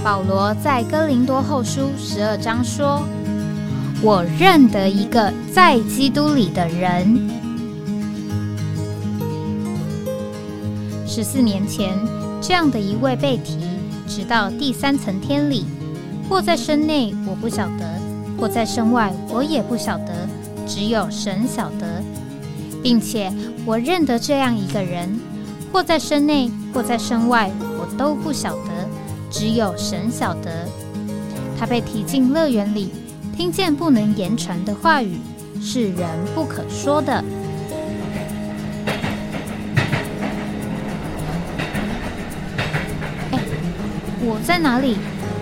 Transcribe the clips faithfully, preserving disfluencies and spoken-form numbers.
保罗在哥林多后书十二章说：我认得一个在基督里的人。十四年前，这样的一位被提，直到第三层天里，或在身内，我不晓得；或在身外，我也不晓得，只有神晓得。并且我认得这样一个人，或在身内，或在身外，我都不晓得，只有神晓得。他被提进乐园里，听见不能言传的话语，是人不可说的。哎，我在哪里？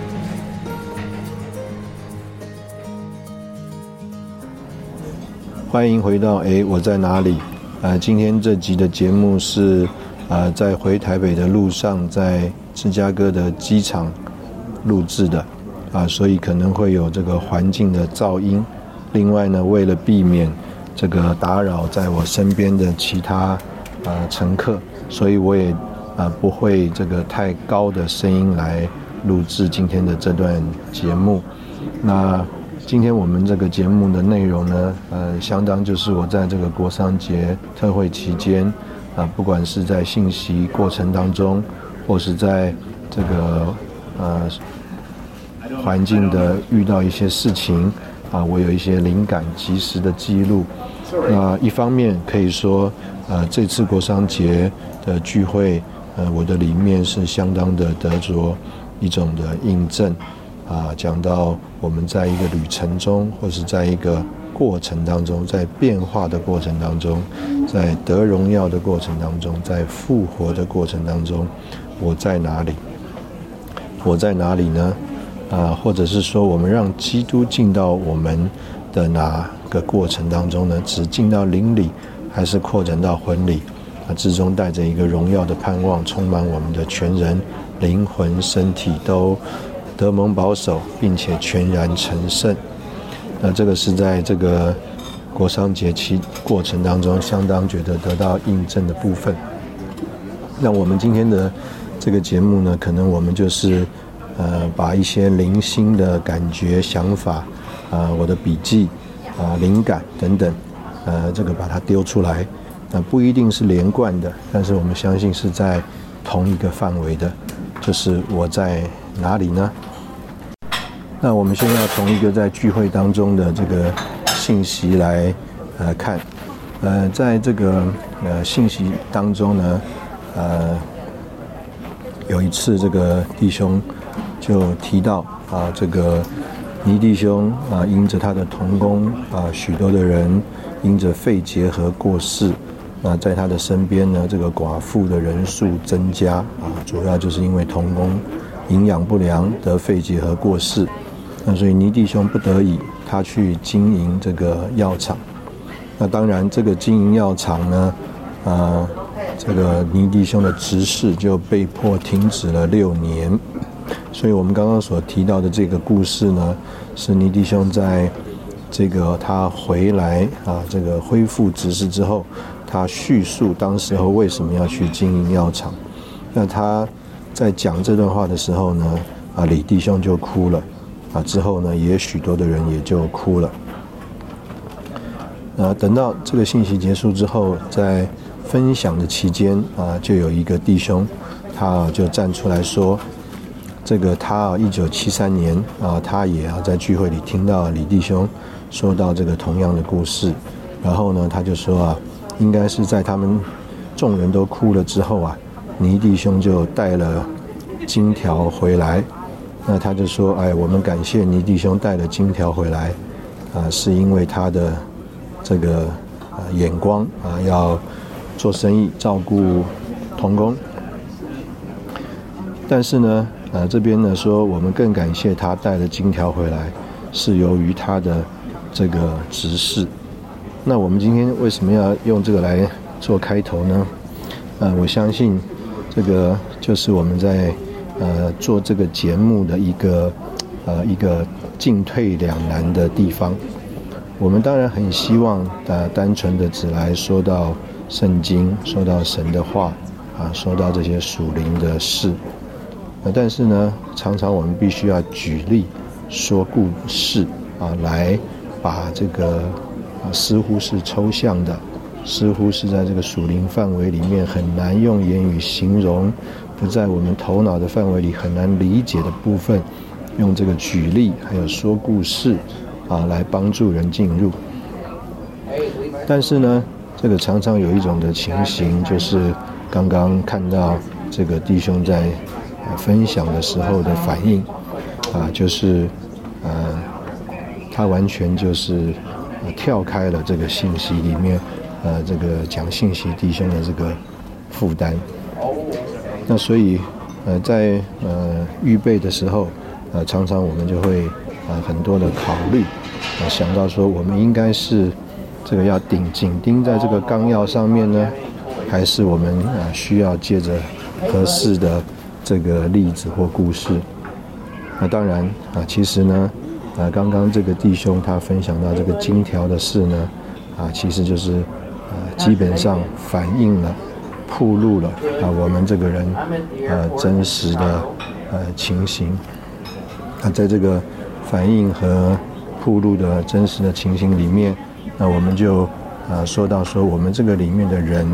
欢迎回到哎，我在哪里？呃，今天这集的节目是呃在回台北的路上，在芝加哥的机场录制的啊、呃，所以可能会有这个环境的噪音。另外呢，为了避免这个打扰在我身边的其他呃乘客，所以我也呃不会这个太高的声音来录制今天的这段节目。那今天我们这个节目的内容呢，呃，相当就是我在这个国商节特会期间，啊、呃，不管是在信息过程当中，或是在这个呃环境的遇到一些事情，啊、呃，我有一些灵感及时的记录。那、呃、一方面可以说，呃，这次国商节的聚会，呃，我的里面是相当的得着一种的印证。啊，讲到我们在一个旅程中，或是在一个过程当中，在变化的过程当中，在得荣耀的过程当中，在复活的过程当中，我在哪里？我在哪里呢？啊，或者是说，我们让基督进到我们的哪个过程当中呢？只进到灵里，还是扩展到魂里？啊，之中带着一个荣耀的盼望，充满我们的全人、灵魂、身体都得蒙保守，并且全然成圣。那这个是在这个国商节期过程当中相当觉得得到印证的部分。那我们今天的这个节目呢，可能我们就是呃把一些零星的感觉、想法啊、呃、我的笔记啊、呃、灵感等等，呃这个把它丢出来。那不一定是连贯的，但是我们相信是在同一个范围的，就是我在哪里呢？那我们现在要从一个在聚会当中的这个信息来呃看，呃，在这个呃信息当中呢，呃，有一次这个弟兄就提到啊，这个尼弟兄啊，因着他的同工啊，许多的人因着肺结核过世。那在他的身边呢，这个寡妇的人数增加啊，主要就是因为同工营养不良得肺结核过世。那所以尼弟兄不得已，他去经营这个药厂。那当然，这个经营药厂呢，呃，这个尼弟兄的执事就被迫停止了六年。所以我们刚刚所提到的这个故事呢，是尼弟兄在这个他回来啊，这个恢复执事之后，他叙述当时候为什么要去经营药厂。那他在讲这段话的时候呢，啊，李弟兄就哭了。啊，之后呢，也许多的人也就哭了。呃，等到这个信息结束之后，在分享的期间啊，就有一个弟兄，他就站出来说，这个他啊，一九七三年啊，他也啊在聚会里听到李弟兄说到这个同样的故事，然后呢，他就说啊，应该是在他们众人都哭了之后啊，倪弟兄就带了金条回来。那他就说，哎，我们感谢倪弟兄带了金条回来，啊，是因为他的这个啊眼光啊，要做生意，照顾同工。但是呢，啊这边呢说，我们更感谢他带了金条回来，是由于他的这个执事。那我们今天为什么要用这个来做开头呢？呃，我相信这个就是我们在呃，做这个节目的一个呃一个进退两难的地方。我们当然很希望呃单纯的只来说到圣经，说到神的话啊，说到这些属灵的事。 呃，但是呢，常常我们必须要举例说故事啊，来把这个啊似乎是抽象的，似乎是在这个属灵范围里面很难用言语形容，不在我们头脑的范围里很难理解的部分，用这个举例还有说故事啊来帮助人进入。但是呢，这个常常有一种的情形，就是刚刚看到这个弟兄在分享的时候的反应啊，就是呃，他完全就是呃跳开了这个信息里面呃这个讲信息弟兄的这个负担。那所以呃在呃预备的时候，呃常常我们就会呃很多的考虑，呃想到说我们应该是这个要顶紧盯在这个纲要上面呢，还是我们啊需要借着合适的这个例子或故事。那当然啊，其实呢，啊刚刚这个弟兄他分享到这个金条的事呢，啊其实就是呃基本上反映了、暴露了啊我们这个人呃真实的呃情形。那在这个反映和暴露的真实的情形里面，那我们就呃说到说我们这个里面的人，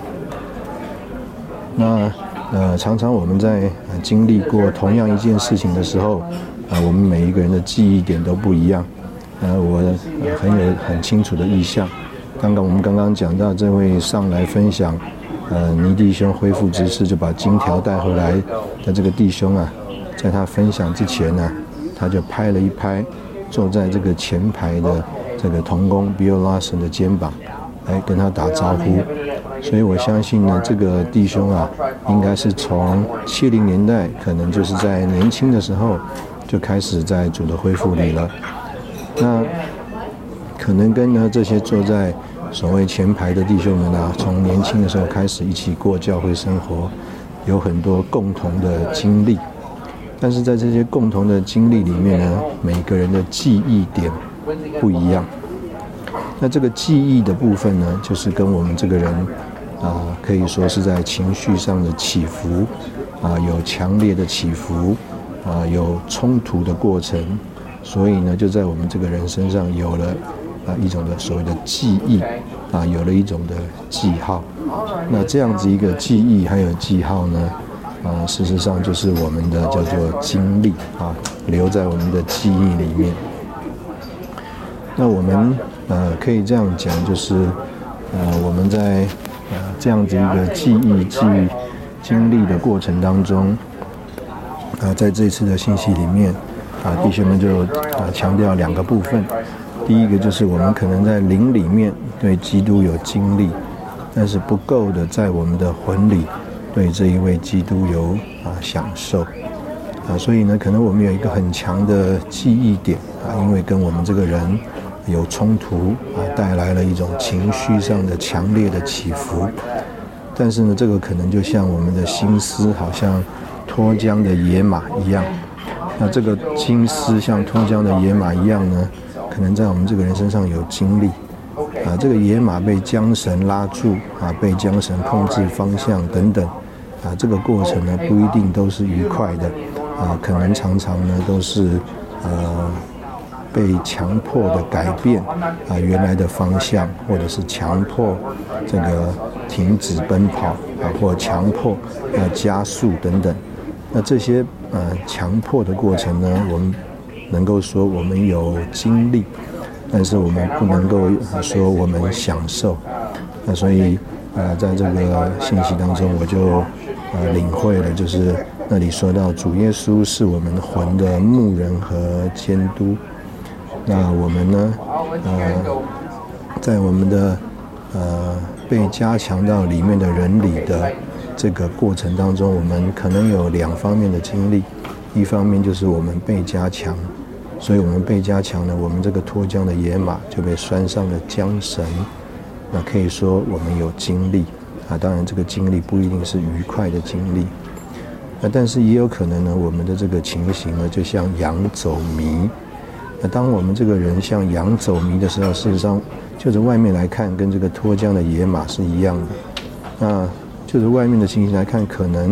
那呃常常我们在、呃、经历过同样一件事情的时候，啊、呃、我们每一个人的记忆点都不一样。呃我、呃、很有很清楚的意象。刚刚我们刚刚讲到这位上来分享呃倪弟兄恢复执事就把金条带回来的这个弟兄啊，在他分享之前呢、啊，他就拍了一拍坐在这个前排的这个同工 Bill Larson 的肩膀，来跟他打招呼。所以我相信呢，这个弟兄啊，应该是从七零年代，可能就是在年轻的时候就开始在主的恢复里了。那可能跟呢这些坐在所谓前排的弟兄们啊，从年轻的时候开始一起过教会生活，有很多共同的经历。但是在这些共同的经历里面呢，每个人的记忆点不一样。那这个记忆的部分呢，就是跟我们这个人啊、呃，可以说是在情绪上的起伏啊、呃，有强烈的起伏啊、呃，有冲突的过程，所以呢，就在我们这个人身上有了啊、呃、一种的所谓的记忆啊、呃，有了一种的记号。那这样子一个记忆还有记号呢，啊、呃，事实上就是我们的叫做经历啊，留在我们的记忆里面。那我们呃可以这样讲，就是呃我们在呃这样子一个记忆、记忆经历的过程当中，啊、呃，在这次的信息里面，啊、呃、弟兄们就啊、呃、强调两个部分。第一个就是我们可能在灵里面对基督有经历，但是不够的在我们的魂里对这一位基督有啊、呃、享受。啊，所以呢，可能我们有一个很强的记忆点啊，因为跟我们这个人有冲突啊，带来了一种情绪上的强烈的起伏。但是呢，这个可能就像我们的心思好像脱缰的野马一样。那这个心思像脱缰的野马一样呢，可能在我们这个人身上有经历。啊，这个野马被缰绳拉住啊，被缰绳控制方向等等。啊，这个过程呢，不一定都是愉快的。啊，可能常常呢都是呃被强迫的改变啊原来的方向，或者是强迫这个停止奔跑啊，或强迫要加速等等。那这些呃强迫的过程呢，我们能够说我们有经历，但是我们不能够说我们享受。那所以呃在这个信息当中，我就呃领会了，就是那里说到主耶稣是我们魂的牧人和监督。那我们呢，呃，在我们的呃被加强到里面的人里的这个过程当中，我们可能有两方面的经历。一方面就是我们被加强，所以我们被加强了，我们这个脱缰的野马就被拴上了缰绳。那可以说我们有经历啊，当然这个经历不一定是愉快的经历。那但是也有可能呢，我们的这个情形呢，就像羊走迷。那当我们这个人像羊走迷的时候，事实上就是外面来看，跟这个脱缰的野马是一样的。那就是外面的情形来看，可能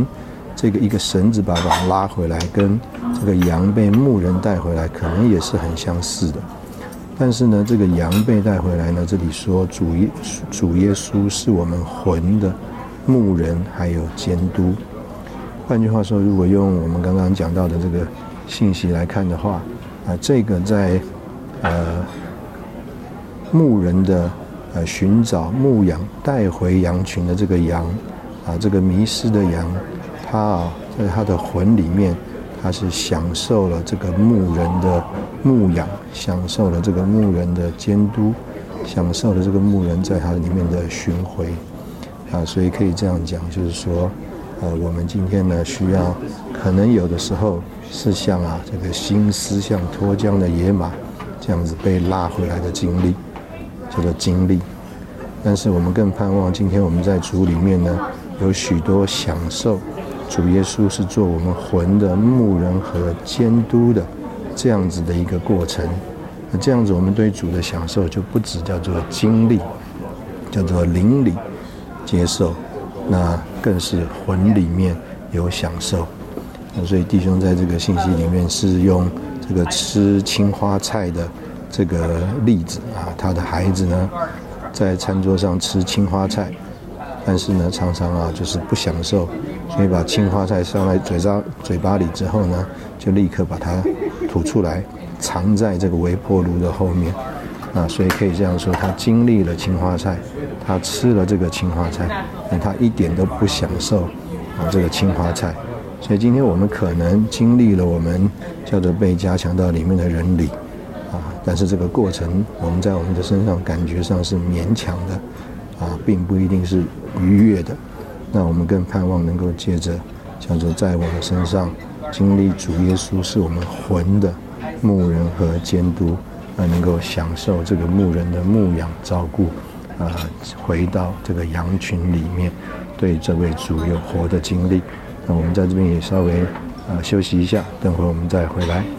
这个一个绳子把它拉回来，跟这个羊被牧人带回来，可能也是很相似的。但是呢，这个羊被带回来呢，这里说主耶主耶稣是我们魂的牧人，还有监督。换句话说，如果用我们刚刚讲到的这个信息来看的话，啊，这个在呃牧人的呃寻找、牧养、带回羊群的这个羊，啊，这个迷失的羊，他啊在他的魂里面，他是享受了这个牧人的牧养，享受了这个牧人的监督，享受了这个牧人在他里面的巡回，啊，所以可以这样讲，就是说。呃，我们今天呢，需要可能有的时候是像啊这个心思像脱缰的野马这样子被拉回来的经历，叫做经历。但是我们更盼望今天我们在主里面呢，有许多享受主耶稣是做我们魂的牧人和监督的这样子的一个过程。那这样子我们对主的享受就不只叫做经历，叫做灵里接受。那更是魂里面有享受，那所以弟兄在这个信息里面是用这个吃青花菜的这个例子啊，他的孩子呢在餐桌上吃青花菜，但是呢常常啊就是不享受，所以把青花菜上在嘴上嘴巴里之后呢，就立刻把它吐出来，藏在这个微波炉的后面。啊，所以可以这样说，他经历了青花菜，他吃了这个青花菜，但他一点都不享受啊这个青花菜。所以今天我们可能经历了我们叫做被加强到里面的人理啊，但是这个过程我们在我们的身上感觉上是勉强的啊，并不一定是愉悦的。那我们更盼望能够借着叫做在我们身上经历主耶稣是我们魂的牧人和监督。呃，能够享受这个牧人的牧养照顾，呃，回到这个羊群里面，对这位主有活的经历。那我们在这边也稍微呃休息一下，等会我们再回来。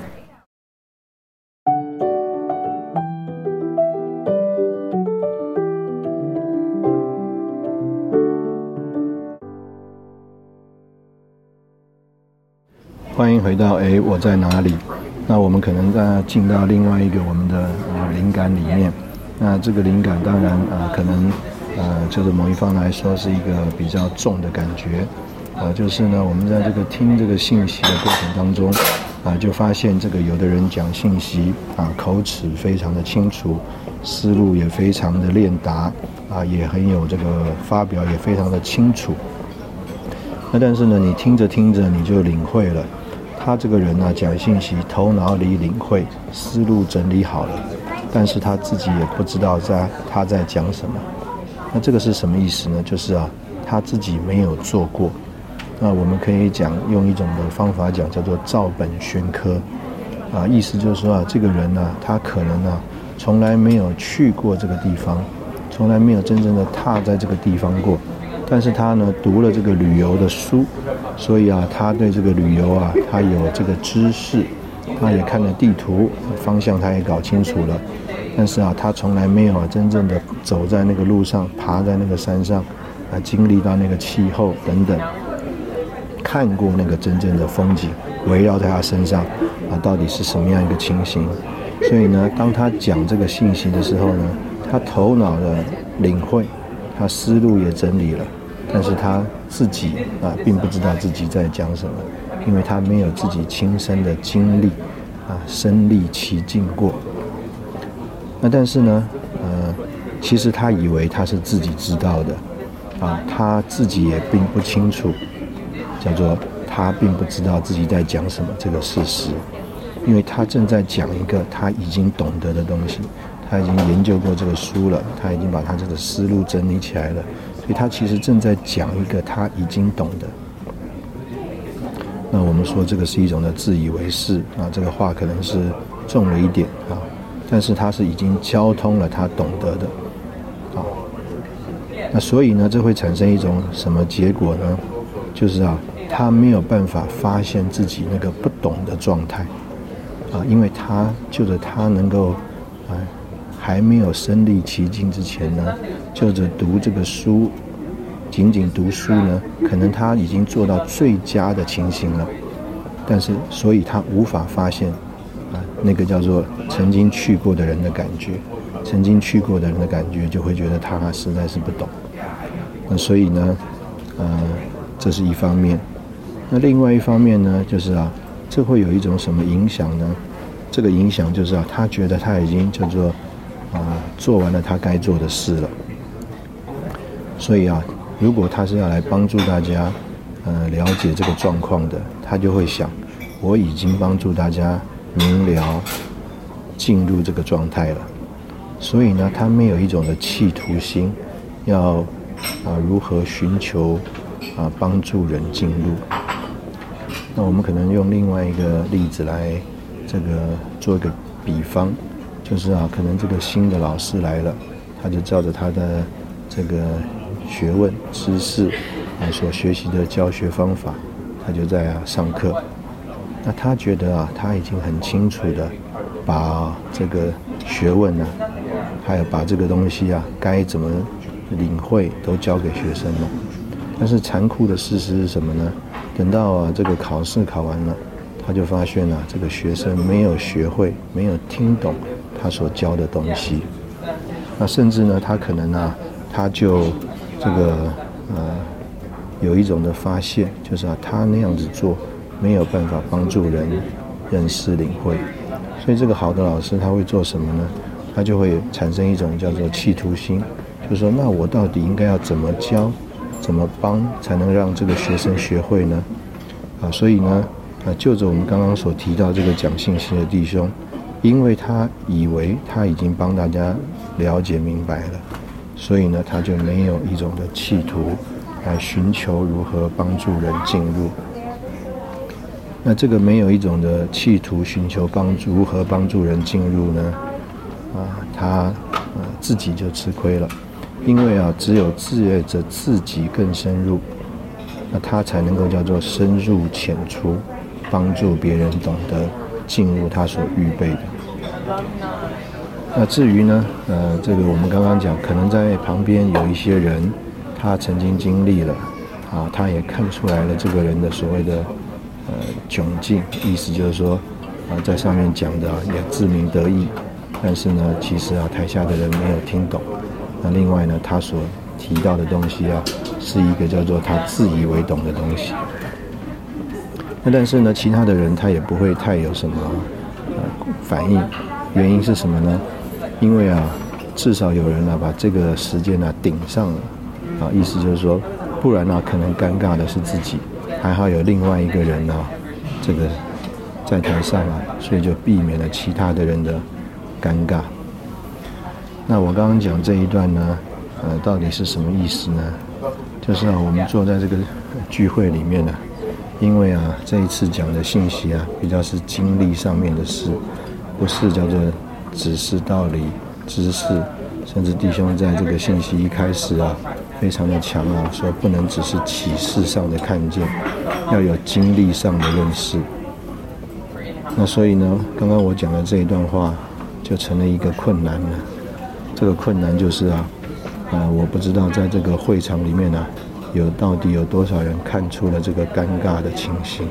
欢迎回到哎，我在哪里？那我们可能在进到另外一个我们的呃灵感里面，那这个灵感当然呃可能呃就是某一方来说是一个比较重的感觉，呃就是呢我们在这个听这个信息的过程当中啊、呃、就发现这个有的人讲信息啊口齿非常的清楚，思路也非常的练达啊也很有这个发表也非常的清楚，那但是呢你听着听着你就领会了。他这个人呢、啊，讲信息，头脑里领会，思路整理好了，但是他自己也不知道在他在讲什么。那这个是什么意思呢？就是啊，他自己没有做过。那我们可以讲用一种的方法讲，叫做照本宣科。啊，意思就是说啊，这个人呢、啊，他可能呢、啊，从来没有去过这个地方，从来没有真正的踏在这个地方过。但是他呢读了这个旅游的书，所以啊他对这个旅游啊他有这个知识，他也看了地图方向，他也搞清楚了。但是啊他从来没有啊真正的走在那个路上，爬在那个山上啊，经历到那个气候等等，看过那个真正的风景围绕在他身上啊到底是什么样一个情形。所以呢当他讲这个信息的时候呢，他头脑的领会，他思路也整理了，但是他自己啊并不知道自己在讲什么，因为他没有自己亲身的经历啊身历其境过。那但是呢呃其实他以为他是自己知道的啊，他自己也并不清楚，叫做他并不知道自己在讲什么这个事实，因为他正在讲一个他已经懂得的东西，他已经研究过这个书了，他已经把他这个思路整理起来了，所以他其实正在讲一个他已经懂的。那我们说这个是一种的自以为是啊，这个话可能是重了一点啊，但是他是已经交通了他懂得的啊。那所以呢，这会产生一种什么结果呢？就是啊，他没有办法发现自己那个不懂的状态啊，因为他就着他能够啊还没有身历其境之前呢，就着读这个书仅仅读书呢，可能他已经做到最佳的情形了，但是所以他无法发现啊那个叫做曾经去过的人的感觉，曾经去过的人的感觉就会觉得他实在是不懂。那所以呢，呃，这是一方面。那另外一方面呢，就是啊，这会有一种什么影响呢？这个影响就是啊，他觉得他已经叫做啊做完了他该做的事了。所以啊，如果他是要来帮助大家呃了解这个状况的，他就会想，我已经帮助大家明了进入这个状态了。所以呢，他没有一种的企图心，要啊如何寻求啊帮助人进入。那我们可能用另外一个例子来这个做一个比方，就是啊，可能这个新的老师来了，他就照着他的这个学问知识啊所学习的教学方法，他就在啊上课。那他觉得啊，他已经很清楚的把这个学问啊，还有把这个东西啊该怎么领会都教给学生了。但是残酷的事实是什么呢？等到啊这个考试考完了，他就发现啊这个学生没有学会，没有听懂他所教的东西。那甚至呢，他可能啊他就这个呃有一种的发现，就是啊他那样子做没有办法帮助人认识领会。所以这个好的老师他会做什么呢？他就会产生一种叫做企图心，就是说那我到底应该要怎么教，怎么帮才能让这个学生学会呢？啊，所以呢，啊，就着我们刚刚所提到这个讲信息的弟兄，因为他以为他已经帮大家了解明白了，所以呢，他就没有一种的企图来寻求如何帮助人进入。那这个没有一种的企图寻求帮助如何帮助人进入呢？啊，他啊自己就吃亏了。因为啊，只有借着自己更深入，那他才能够叫做深入浅出，帮助别人懂得进入他所预备的。那至于呢，呃，这个我们刚刚讲，可能在旁边有一些人，他曾经经历了，啊，他也看出来了这个人的所谓的呃窘境，意思就是说，啊，在上面讲的、啊、也自鸣得意，但是呢，其实啊，台下的人没有听懂。那另外呢，他所提到的东西啊，是一个叫做他自以为懂的东西。那但是呢，其他的人他也不会太有什么呃反应，原因是什么呢？因为啊，至少有人啊把这个时间啊顶上了啊，意思就是说，不然啊可能尴尬的是自己，还好有另外一个人啊，这个在台上啊，所以就避免了其他的人的尴尬。那我刚刚讲这一段呢，呃，到底是什么意思呢？就是啊，我们坐在这个聚会里面呢、啊，因为啊，这一次讲的信息啊，比较是经历上面的事，不是叫做指示道理、知识，甚至弟兄在这个信息一开始啊，非常的强啊，说不能只是启示上的看见，要有经历上的认识。那所以呢，刚刚我讲的这一段话，就成了一个困难了。这个困难就是啊，呃，我不知道在这个会场里面啊，有到底有多少人看出了这个尴尬的情形。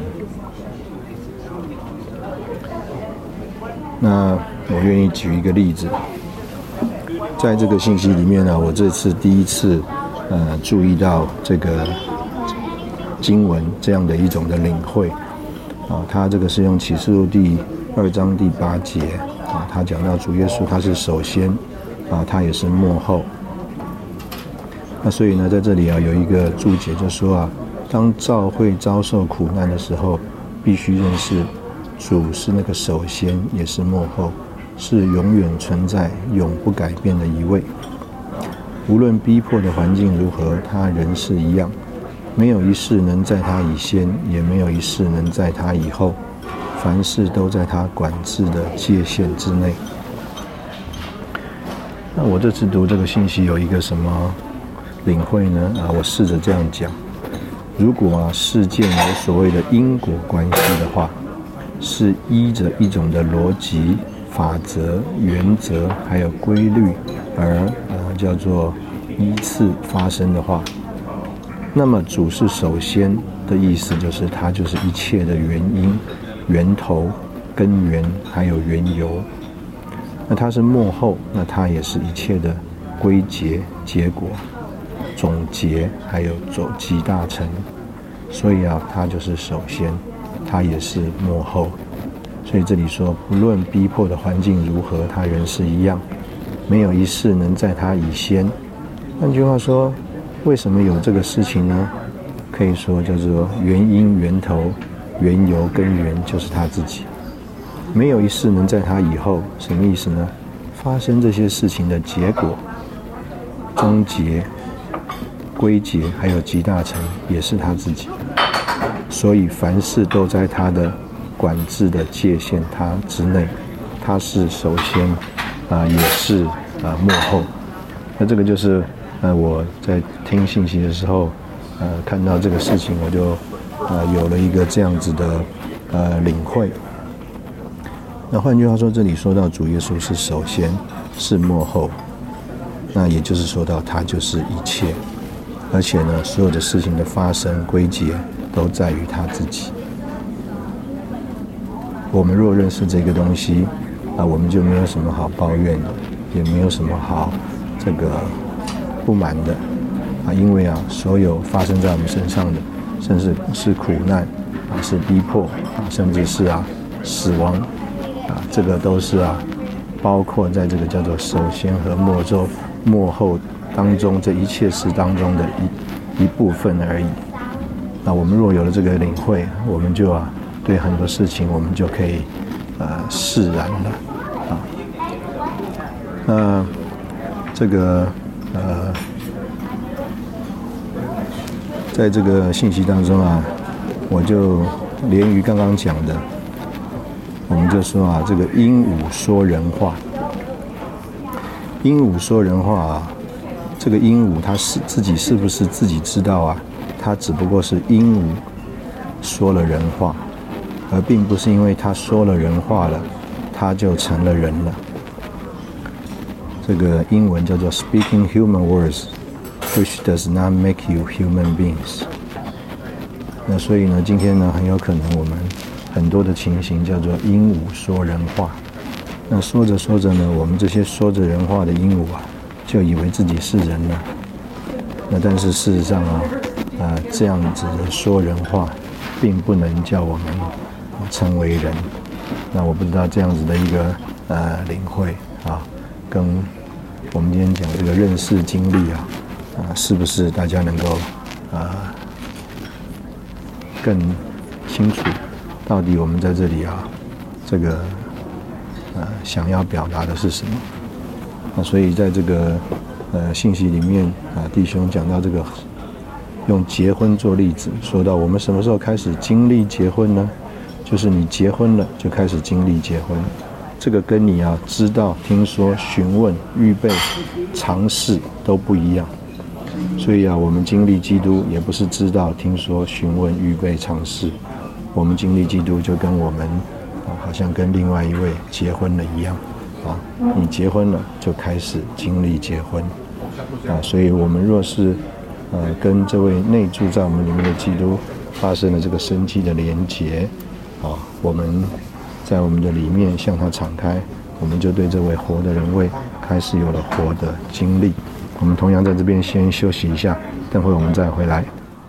那我愿意举一个例子，在这个信息里面呢、啊，我这次第一次呃注意到这个经文这样的一种的领会啊，它这个是用启示录第二章第八节啊，他讲到主耶稣他是首先。啊，他也是末后。那所以呢，在这里啊有一个注解，就说啊，当教会遭受苦难的时候，必须认识主是那个首先，也是末后，是永远存在、永不改变的一位。无论逼迫的环境如何，他仍是一样，没有一事能在他以先，也没有一事能在他以后，凡事都在他管制的界限之内。那我这次读这个信息有一个什么领会呢？啊，我试着这样讲：如果啊事件有所谓的因果关系的话，是依着一种的逻辑、法则、原则还有规律而呃叫做依次发生的话， 那么主是首先的意思，就是他就是一切的原因、源头、根源，还有缘由。那他是末后，那他也是一切的归结、结果、总结，还有总集大成。所以啊，他就是首先，他也是末后。所以这里说，不论逼迫的环境如何，他仍是一样，没有一事能在他以先。换句话说，为什么有这个事情呢？可以说叫做原因、源头、缘由、根源，就是他自己。没有一事能在他以后，什么意思呢？发生这些事情的结果、终结、归结，还有集大成，也是他自己。所以凡事都在他的管制的界限他之内，他是首先，啊、呃，也是啊、呃、末后。那这个就是呃我在听信息的时候，呃看到这个事情，我就呃有了一个这样子的呃领会。那换句话说，这里说到主耶稣是首先，是末后，那也就是说到他就是一切，而且呢，所有的事情的发生归结都在于他自己。我们若认识这个东西啊，我们就没有什么好抱怨的，也没有什么好这个不满的啊，因为啊，所有发生在我们身上的，甚至是苦难啊，是逼迫啊，甚至是啊死亡啊，这个都是啊，包括在这个叫做首先和末周末后当中这一切事当中的一一部分而已。那我们若有了这个领会，我们就啊。对很多事情，我们就可以呃释然了啊。那这个呃，在这个信息当中啊，我就连于刚刚讲的，我们就说啊，这个鹦鹉说人话，鹦鹉说人话啊，这个鹦鹉它是自己是不是自己知道啊？它只不过是鹦鹉说了人话。而并不是因为他说了人话了，他就成了人了。这个英文叫做 speaking human words, which does not make you human beings。那所以呢，今天呢，很有可能我们很多的情形叫做鹦鹉说人话。那说着说着呢，我们这些说着人话的鹦鹉啊，就以为自己是人了。那但是事实上啊，啊、呃、这样子的说人话，并不能叫我们成为人。那我不知道这样子的一个呃领会啊，跟我们今天讲这个认识经历啊，啊是不是大家能够啊更清楚到底我们在这里啊这个呃想要表达的是什么？那所以在这个呃信息里面啊，弟兄讲到这个用结婚做例子，说到我们什么时候开始经历结婚呢？就是你结婚了就开始经历结婚，这个跟你啊知道、听说、询问、预备、尝试都不一样。所以啊，我们经历基督也不是知道、听说、询问、预备、尝试，我们经历基督就跟我们啊，好像跟另外一位结婚了一样啊。你结婚了就开始经历结婚啊，所以我们若是呃跟这位内住在我们里面的基督发生了这个生机的连结。啊，我们在我们的里面向他敞开，我们就对这位活的人位开始有了活的经历。我们同样在这边先休息一下，等会我们再回来。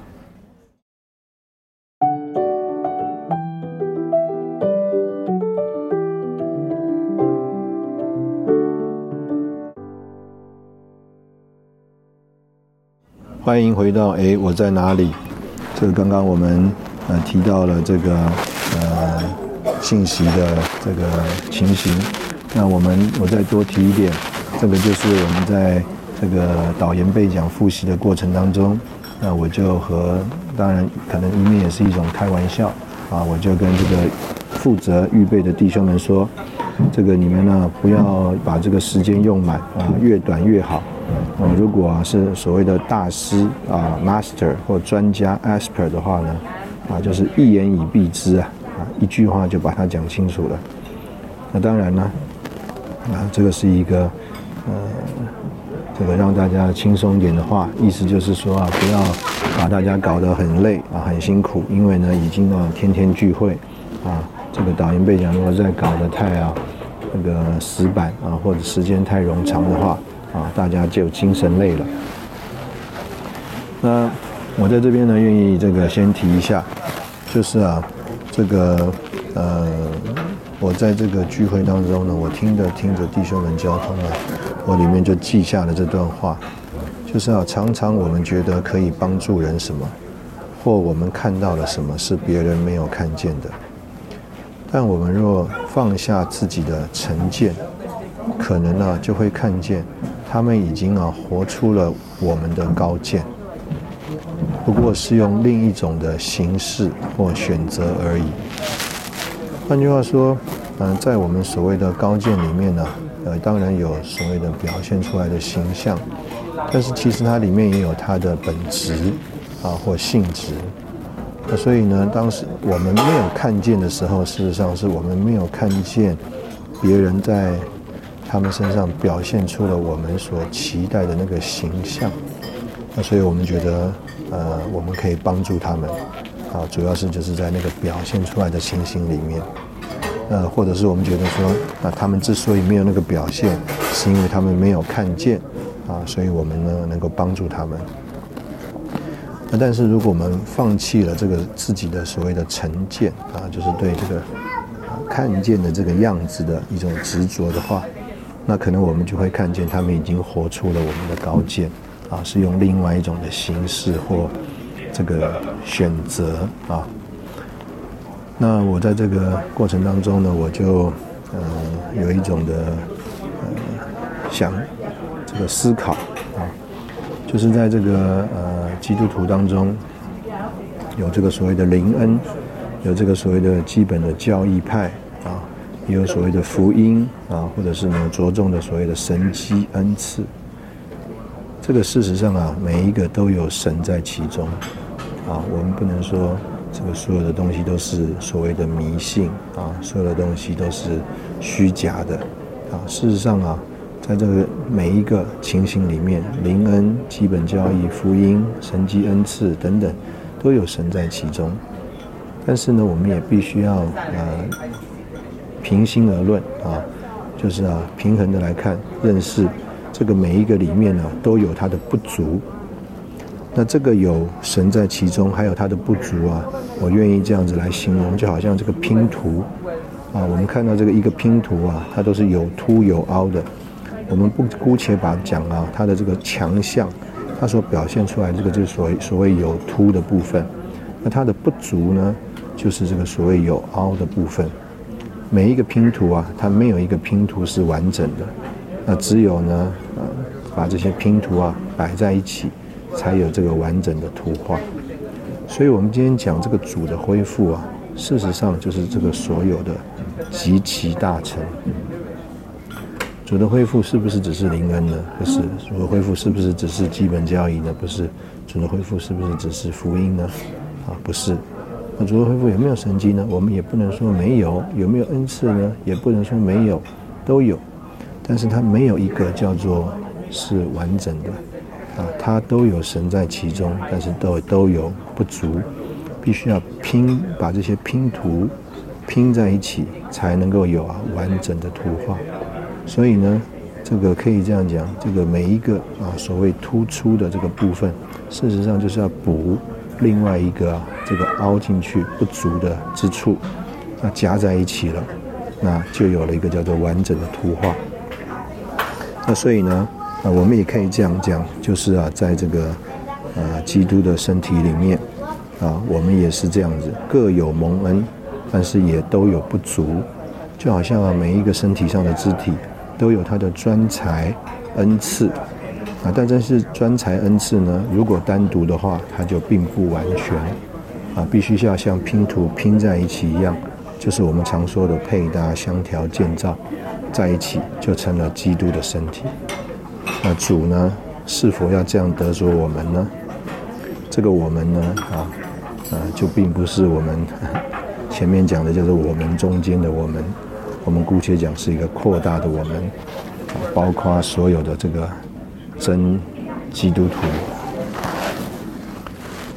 欢迎回到诶，我在哪里？这个刚刚我们呃提到了这个呃信息的这个情形。那我们我再多提一点，这个就是我们在这个导言备讲复习的过程当中，那我就和当然可能一面也是一种开玩笑啊，我就跟这个负责预备的弟兄们说，这个你们呢不要把这个时间用满啊，越短越好。啊，如果啊是所谓的大师啊 master 或专家 expert 的话呢，啊就是一言以蔽之啊，啊一句话就把它讲清楚了。那当然呢，啊这个是一个呃这个让大家轻松一点的话，意思就是说啊不要把大家搞得很累啊，很辛苦，因为呢已经啊天天聚会啊，这个导言背讲如果再搞得太啊那个死板啊，或者时间太冗长的话啊，大家就精神累了。那我在这边呢，愿意这个先提一下，就是啊，这个呃，我在这个聚会当中呢，我听着听着弟兄们交通啊，我里面就记下了这段话，就是啊，常常我们觉得可以帮助人什么，或我们看到了什么是别人没有看见的，但我们若放下自己的成见，可能呢就会看见他们已经啊活出了我们的高见。不过是用另一种的形式或选择而已。换句话说，嗯、呃，在我们所谓的高见里面呢，呃，当然有所谓的表现出来的形象，但是其实它里面也有它的本质啊或性质。那所以呢，当时我们没有看见的时候，事实上是我们没有看见别人在他们身上表现出了我们所期待的那个形象。那所以我们觉得，呃，我们可以帮助他们，啊，主要是就是在那个表现出来的情形里面，呃，或者是我们觉得说，那他们之所以没有那个表现，是因为他们没有看见，啊，所以我们呢能够帮助他们。那但是如果我们放弃了这个自己的所谓的成见，啊，就是对这个、啊、看见的这个样子的一种执着的话，那可能我们就会看见他们已经活出了我们的高见。啊，是用另外一种的形式或这个选择啊。那我在这个过程当中呢，我就呃有一种的呃想这个思考啊，就是在这个呃基督徒当中，有这个所谓的灵恩，有这个所谓的基本的教义派啊，也有所谓的福音啊，或者是呢着重的所谓的神迹恩赐。这个事实上啊，每一个都有神在其中，啊，我们不能说这个所有的东西都是所谓的迷信啊，所有的东西都是虚假的，啊，事实上啊，在这个每一个情形里面，灵恩、基本教义、福音、神迹恩赐等等，都有神在其中。但是呢，我们也必须要呃平心而论啊，就是啊平衡的来看，认识。这个每一个里面呢，都有它的不足。那这个有神在其中，还有它的不足啊，我愿意这样子来形容，就好像这个拼图啊，我们看到这个一个拼图啊，它都是有凸有凹的。我们不姑且把讲啊，它的这个强项，它所表现出来这个就是所谓所谓有凸的部分。那它的不足呢，就是这个所谓有凹的部分。每一个拼图啊，它没有一个拼图是完整的。那只有呢，呃，把这些拼图啊摆在一起，才有这个完整的图画。所以我们今天讲这个主的恢复啊，事实上就是这个所有的极其大成。主的恢复是不是只是灵恩呢？不是。主的恢复是不是只是基本教义呢？不是。主的恢复是不是只是福音呢？啊，不是。那主的恢复有没有神迹呢？我们也不能说没有。有没有恩赐呢？也不能说没有，都有。但是它没有一个叫做是完整的，啊，它都有神在其中，但是都都有不足，必须要拼把这些拼图拼在一起，才能够有啊完整的图画。所以呢，这个可以这样讲，这个每一个啊所谓突出的这个部分，事实上就是要补另外一个啊这个凹进去不足的之处，那夹在一起了，那就有了一个叫做完整的图画。那所以呢，呃，我们也可以这样讲，就是啊，在这个呃基督的身体里面，啊，我们也是这样子，各有蒙恩，但是也都有不足，就好像啊，每一个身体上的肢体都有它的专才恩赐，啊，但真是专才恩赐呢，如果单独的话，它就并不完全，啊，必须要像拼图拼在一起一样，就是我们常说的配搭、相调、建造。在一起就成了基督的身体。那主呢，是否要这样得着我们呢？这个我们呢，啊，呃，就并不是我们前面讲的，就是我们中间的我们，我们姑且讲是一个扩大的我们，啊，包括所有的这个真基督徒。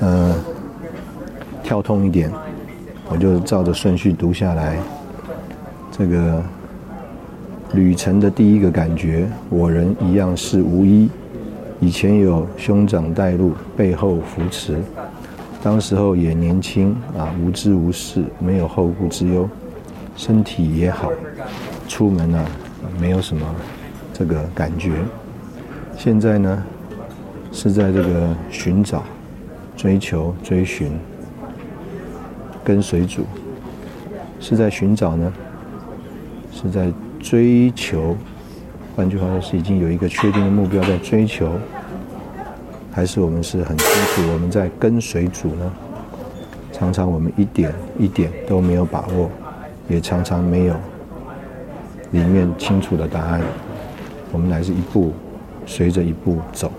呃，跳通一点，我就照着顺序读下来。这个旅程的第一个感觉，我人一样是无依，以前有兄长带路，背后扶持，当时候也年轻啊，无知无事，没有后顾之忧，身体也好，出门啊没有什么这个感觉。现在呢，是在这个寻找、追求、追寻、跟随主，是在寻找呢，是在追求，换句话说是已经有一个确定的目标在追求，还是我们是很清楚我们在跟随主呢？常常我们一点一点都没有把握，也常常没有里面清楚的答案，我们乃是一步随着一步走。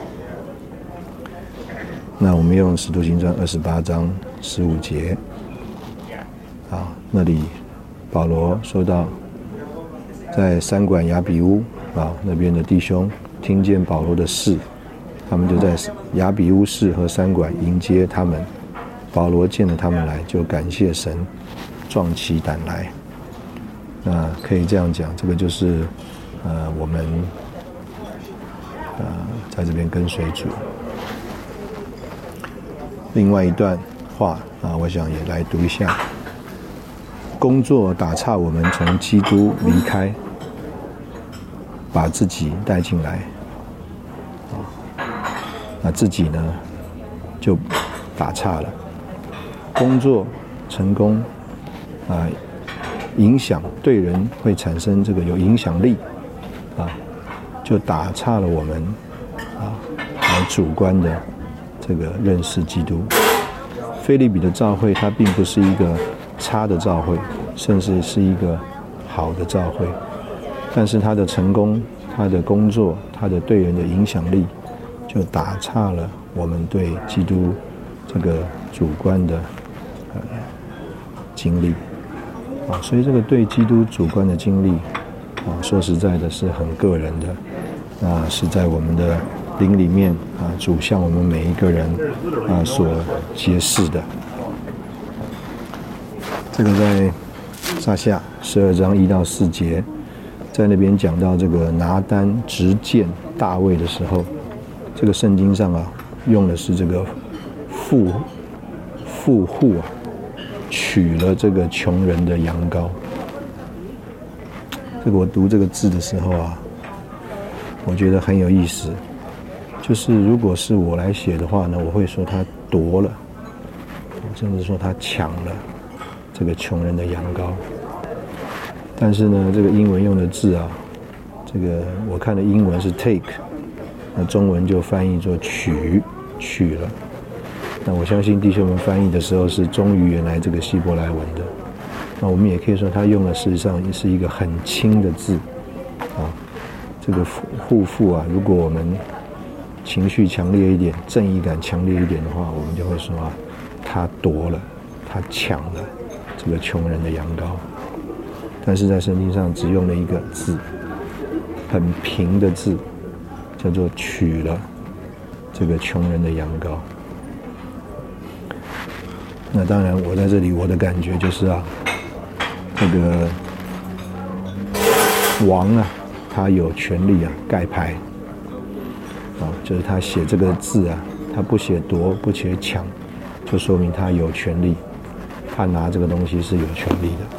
那我们用使徒行传二十八章十五节，啊，那里保罗说到，在三馆雅比乌啊那边的弟兄听见保罗的事，他们就在雅比乌市和三馆迎接他们。保罗见了他们来，就感谢神，壮起胆来。那可以这样讲，这个就是呃我们呃在这边跟随主。另外一段话啊，我想也来读一下。工作打岔我们从基督离开，把自己带进来，那自己呢就打岔了。工作成功啊，影响对人会产生这个有影响力啊，就打岔了我们啊，来主观的这个认识基督。腓立比的教会它并不是一个差的教会，甚至是一个好的教会，但是它的成功、它的工作、它的对人的影响力，就打岔了我们对基督这个主观的呃经历啊。所以这个对基督主观的经历啊，说实在的是很个人的，那是在我们的灵里面啊，主向我们每一个人啊所揭示的。这个在撒下十二章一到四节，在那边讲到这个拿单直见大卫的时候，这个圣经上啊用的是这个富富户啊取了这个穷人的羊羔。这个我读这个字的时候啊，我觉得很有意思。就是如果是我来写的话呢，我会说他夺了，甚至说他抢了这个穷人的羊羔。但是呢，这个英文用的字啊，这个我看的英文是 take， 那中文就翻译作取，取了。那我相信弟兄们翻译的时候是忠于原来这个希伯来文的。那我们也可以说他用的事实上是一个很轻的字啊。这个护妇啊，如果我们情绪强烈一点，正义感强烈一点的话，我们就会说啊，他夺了，他抢了这个穷人的羊羔。但是在圣经上只用了一个字，很平的字，叫做取了这个穷人的羊羔。那当然我在这里我的感觉就是啊，这个王啊，他有权利啊盖牌啊，就是他写这个字啊，他不写夺不写抢，就说明他有权利，他拿这个东西是有权利的。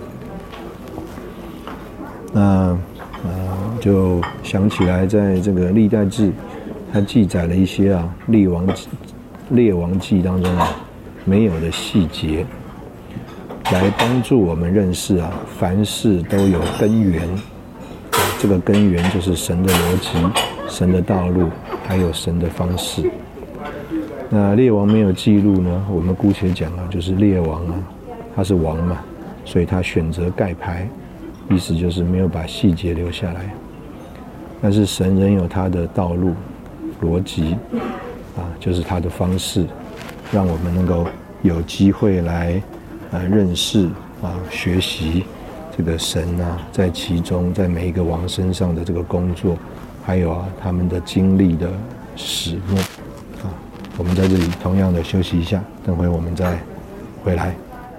那呃，就想起来，在这个历代志，它记载了一些啊列王列王记当中啊没有的细节，来帮助我们认识啊，凡事都有根源。这个根源就是神的逻辑、神的道路，还有神的方式。那列王没有记录呢，我们姑且讲啊，就是列王啊，他是王嘛，所以他选择盖牌。意思就是没有把细节留下来，但是神仍有他的道路、逻辑啊，就是他的方式，让我们能够有机会来呃认识啊、学习这个神啊，在其中，在每一个王身上的这个工作，还有啊他们的经历的始末啊， 我们在这里同样的休息一下，等会我们再回来。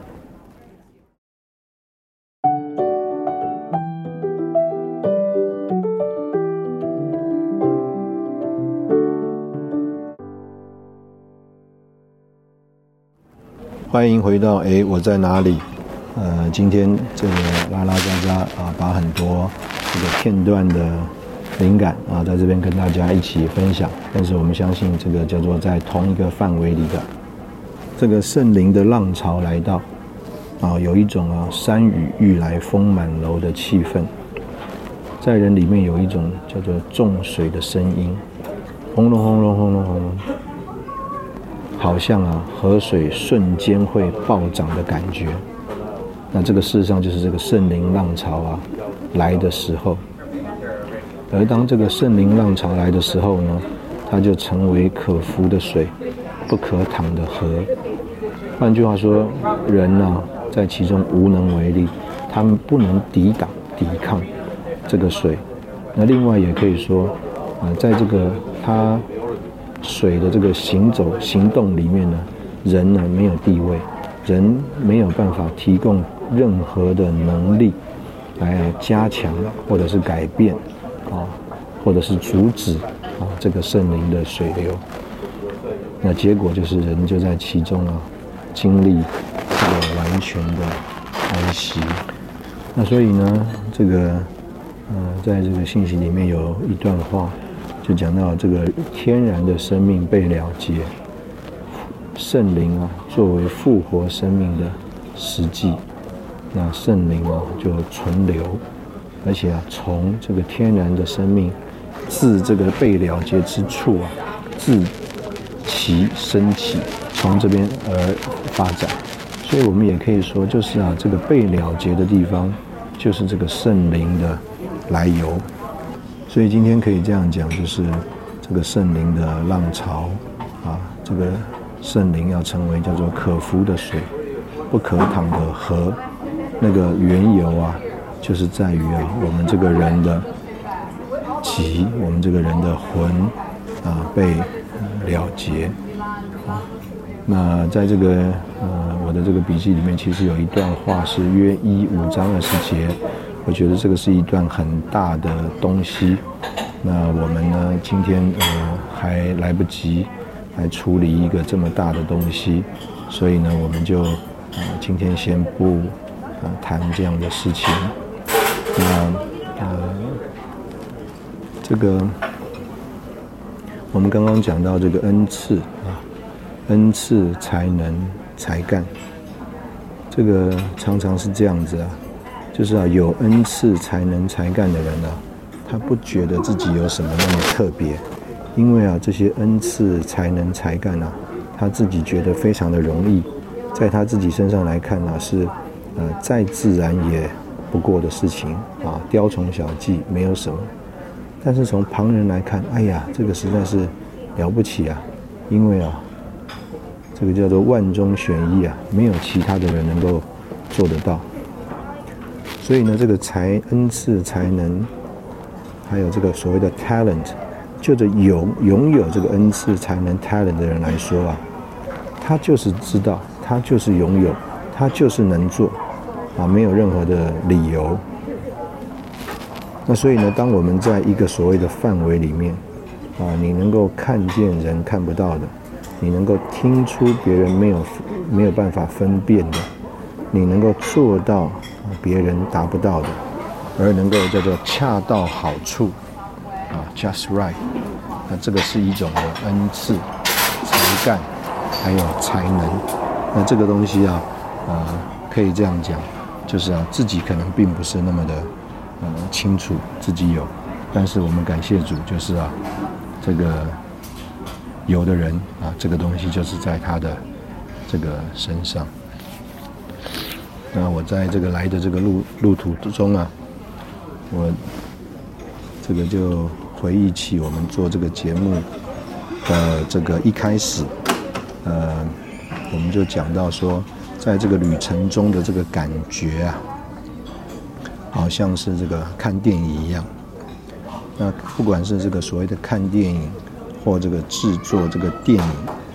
欢迎回到诶我在哪里？呃，今天这个拉拉杂杂啊，把很多这个片段的灵感啊，在这边跟大家一起分享。但是我们相信，这个叫做在同一个范围里的这个圣灵的浪潮来到啊，有一种啊山雨欲来风满楼的气氛，在人里面有一种叫做众水的声音，轰隆轰隆轰隆轰隆。好像啊，河水瞬间会暴涨的感觉。那这个事实上就是这个圣灵浪潮啊来的时候。而当这个圣灵浪潮来的时候呢，它就成为可浮的水，不可淌的河。换句话说，人啊在其中无能为力，他们不能抵挡、抵抗这个水。那另外也可以说，啊，在这个它水的这个行走行动里面呢，人呢没有地位，人没有办法提供任何的能力来加强或者是改变啊，或者是阻止啊这个圣灵的水流。那结果就是人就在其中啊经历这个完全的安息。那所以呢，这个呃在这个信息里面有一段话。就讲到这个天然的生命被了结，圣灵啊作为复活生命的实际，那圣灵啊就存留，而且啊从这个天然的生命自这个被了结之处啊自其升起，从这边而发展。所以我们也可以说，就是啊这个被了结的地方，就是这个圣灵的来由。所以今天可以这样讲，就是这个圣灵的浪潮啊，这个圣灵要成为叫做可浮的水，不可淌的河。那个缘由啊，就是在于啊，我们这个人的己，我们这个人的魂啊被了结啊。那在这个呃我的这个笔记里面，其实有一段话是约一五章二十节。我觉得这个是一段很大的东西，那我们呢今天呃还来不及来处理一个这么大的东西，所以呢我们就呃今天先不呃谈这样的事情。那呃这个我们刚刚讲到这个恩赐啊，恩赐才能才干，这个常常是这样子啊。就是啊，有恩赐才能才干的人啊，他不觉得自己有什么那么特别，因为啊，这些恩赐才能才干啊，他自己觉得非常的容易，在他自己身上来看啊，是呃再自然也不过的事情啊，雕虫小技，没有什么。但是从旁人来看，哎呀，这个实在是了不起啊，因为啊，这个叫做万中选一啊，没有其他的人能够做得到。所以呢，这个才恩赐才能，还有这个所谓的 talent， 就着有拥有这个恩赐才能 talent 的人来说啊，他就是知道，他就是拥有，他就是能做啊，没有任何的理由。那所以呢，当我们在一个所谓的范围里面啊，你能够看见人看不到的，你能够听出别人没有没有办法分辨的，你能够做到别人达不到的，而能够叫做恰到好处啊 ，just right。那这个是一种的恩赐、才干，还有才能。那这个东西啊，呃，可以这样讲，就是啊，自己可能并不是那么的呃清楚自己有，但是我们感谢主，就是啊，这个有的人啊，这个东西就是在他的这个身上。那我在这个来的这个路路途中啊，我这个就回忆起我们做这个节目的这个一开始，呃，我们就讲到说，在这个旅程中的这个感觉啊，好像是这个看电影一样。那不管是这个所谓的看电影，或这个制作这个电影，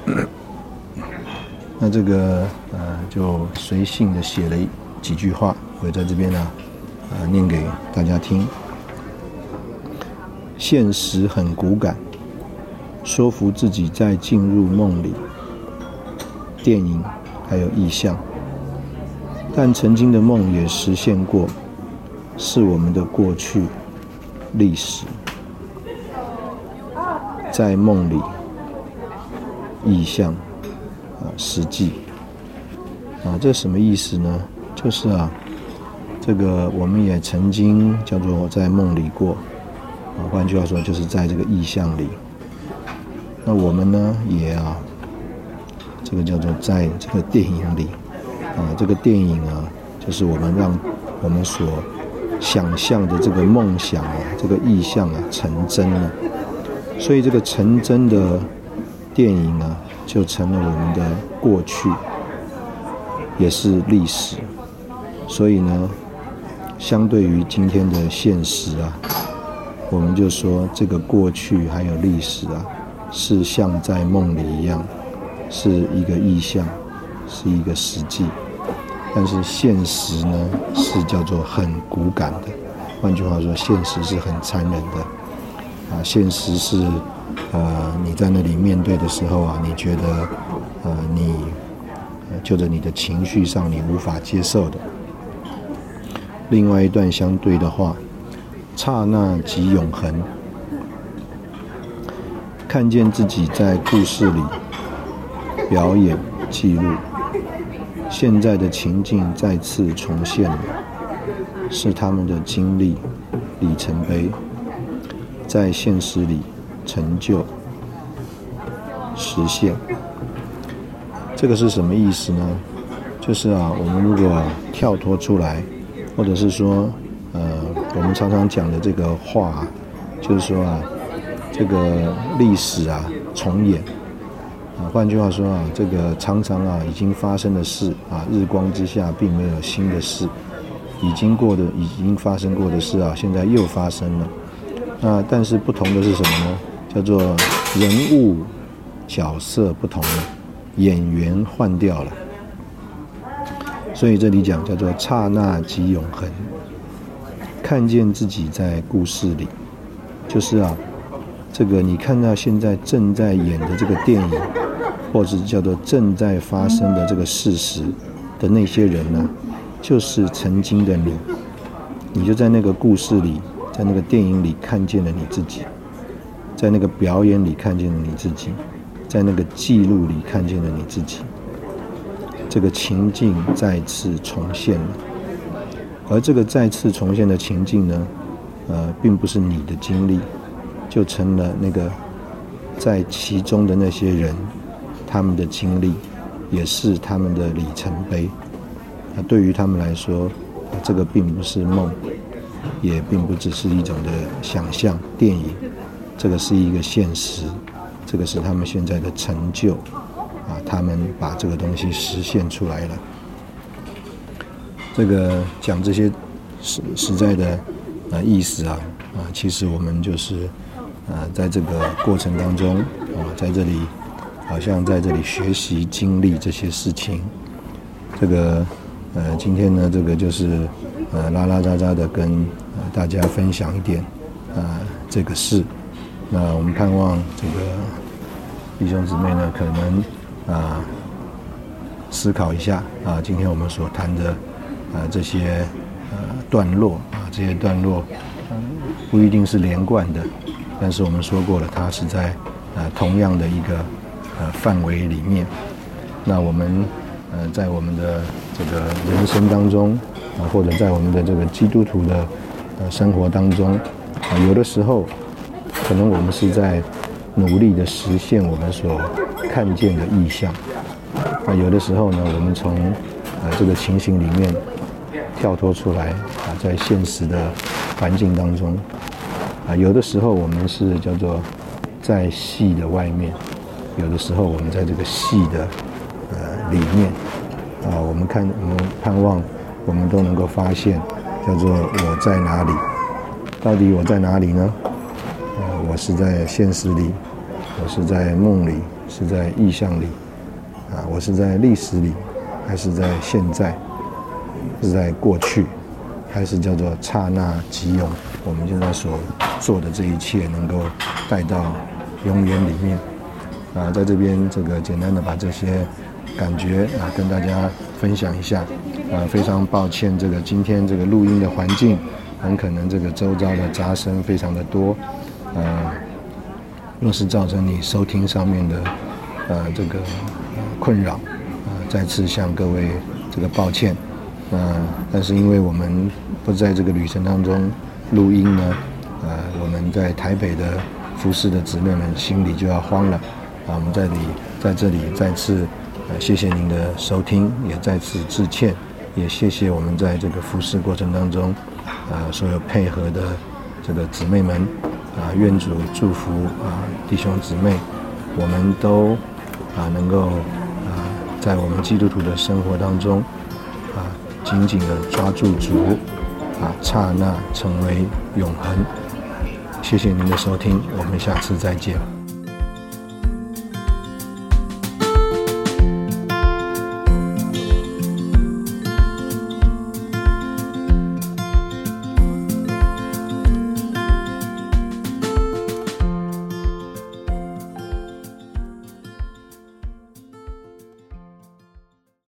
那这个呃就随性的写了几句话，我在这边呢呃念给大家听。现实很骨感，说服自己在进入梦里，电影还有意象，但曾经的梦也实现过，是我们的过去历史。在梦里，意象啊，实际啊，这什么意思呢？就是啊，这个我们也曾经叫做在梦里过啊，换句话说，就是在这个意象里。那我们呢，也啊，这个叫做在这个电影里啊，这个电影啊，就是我们让我们所想象的这个梦想啊，这个意象啊，成真了。所以这个成真的电影啊，就成了我们的过去，也是历史。所以呢，相对于今天的现实啊，我们就说这个过去还有历史啊，是像在梦里一样，是一个意象，是一个实际。但是现实呢，是叫做很骨感的。换句话说，现实是很残忍的。啊，现实是，呃，你在那里面对的时候啊，你觉得，呃，你，呃，就着你的情绪上你无法接受的。另外一段相对的话，刹那即永恒，看见自己在故事里表演记录，现在的情境再次重现了，是他们的经历里程碑。在现实里成就实现，这个是什么意思呢？就是啊，我们如果跳脱出来，或者是说，呃，我们常常讲的这个话啊，就是说啊，这个历史啊重演啊，换句话说啊，这个常常啊已经发生的事啊，日光之下并没有新的事，已经过的已经发生过的事啊，现在又发生了。那但是不同的是什么呢？叫做人物角色不同了，演员换掉了。所以这里讲叫做刹那即永恒，看见自己在故事里，就是啊，这个你看到现在正在演的这个电影，或者叫做正在发生的这个事实的那些人呢、啊，就是曾经的你，你就在那个故事里。在那个电影里看见了你自己，在那个表演里看见了你自己，在那个记录里看见了你自己，这个情境再次重现了。而这个再次重现的情境呢，呃，并不是你的经历，就成了那个在其中的那些人，他们的经历，也是他们的里程碑。那对于他们来说，这个并不是梦。也并不只是一种的想象电影，这个是一个现实，这个是他们现在的成就啊，他们把这个东西实现出来了。这个讲这些实实在的啊意思啊啊，其实我们就是啊在这个过程当中啊，在这里好像在这里学习经历这些事情。这个呃今天呢，这个就是呃拉拉杂杂的跟呃大家分享一点啊、呃、这个事。那我们盼望这个弟兄姊妹呢，可能啊、呃、思考一下啊，今天我们所谈的啊、呃、这些呃段落啊，这些段落、呃、不一定是连贯的，但是我们说过了，它是在呃同样的一个呃范围里面。那我们呃在我们的这个人生当中啊、呃，或者在我们的这个基督徒的呃生活当中啊、呃，有的时候可能我们是在努力的实现我们所看见的意象。那有的时候呢，我们从呃这个情形里面跳脱出来啊，在现实的环境当中啊，有的时候我们是叫做在戏的外面，有的时候我们在这个戏的呃里面啊，我们看我们盼望我们都能够发现叫做我在哪里，到底我在哪里呢？呃，我是在现实里，我是在梦里， 是在意象里啊，我是在历史里，还是在现在，是在过去，还是叫做刹那即永？我们现在所做的这一切能够带到永远里面啊，在这边这个简单的把这些感觉啊跟大家分享一下啊，非常抱歉，这个今天这个录音的环境很可能这个周遭的杂声非常的多，啊，若是造成你收听上面的呃这个、呃、困扰啊，再次向各位这个抱歉。呃，但是因为我们不在这个旅程当中录音呢，呃，我们在台北的服侍的姊妹们心里就要慌了啊！我们在这里在这里再次呃谢谢您的收听，也再次致歉，也谢谢我们在这个服侍过程当中啊所有配合的这个姊妹们啊，愿主祝福啊弟兄姊妹，我们都啊能够啊在我们基督徒的生活当中啊。紧紧地抓住主，啊，刹那成为永恒。谢谢您的收听，我们下次再见。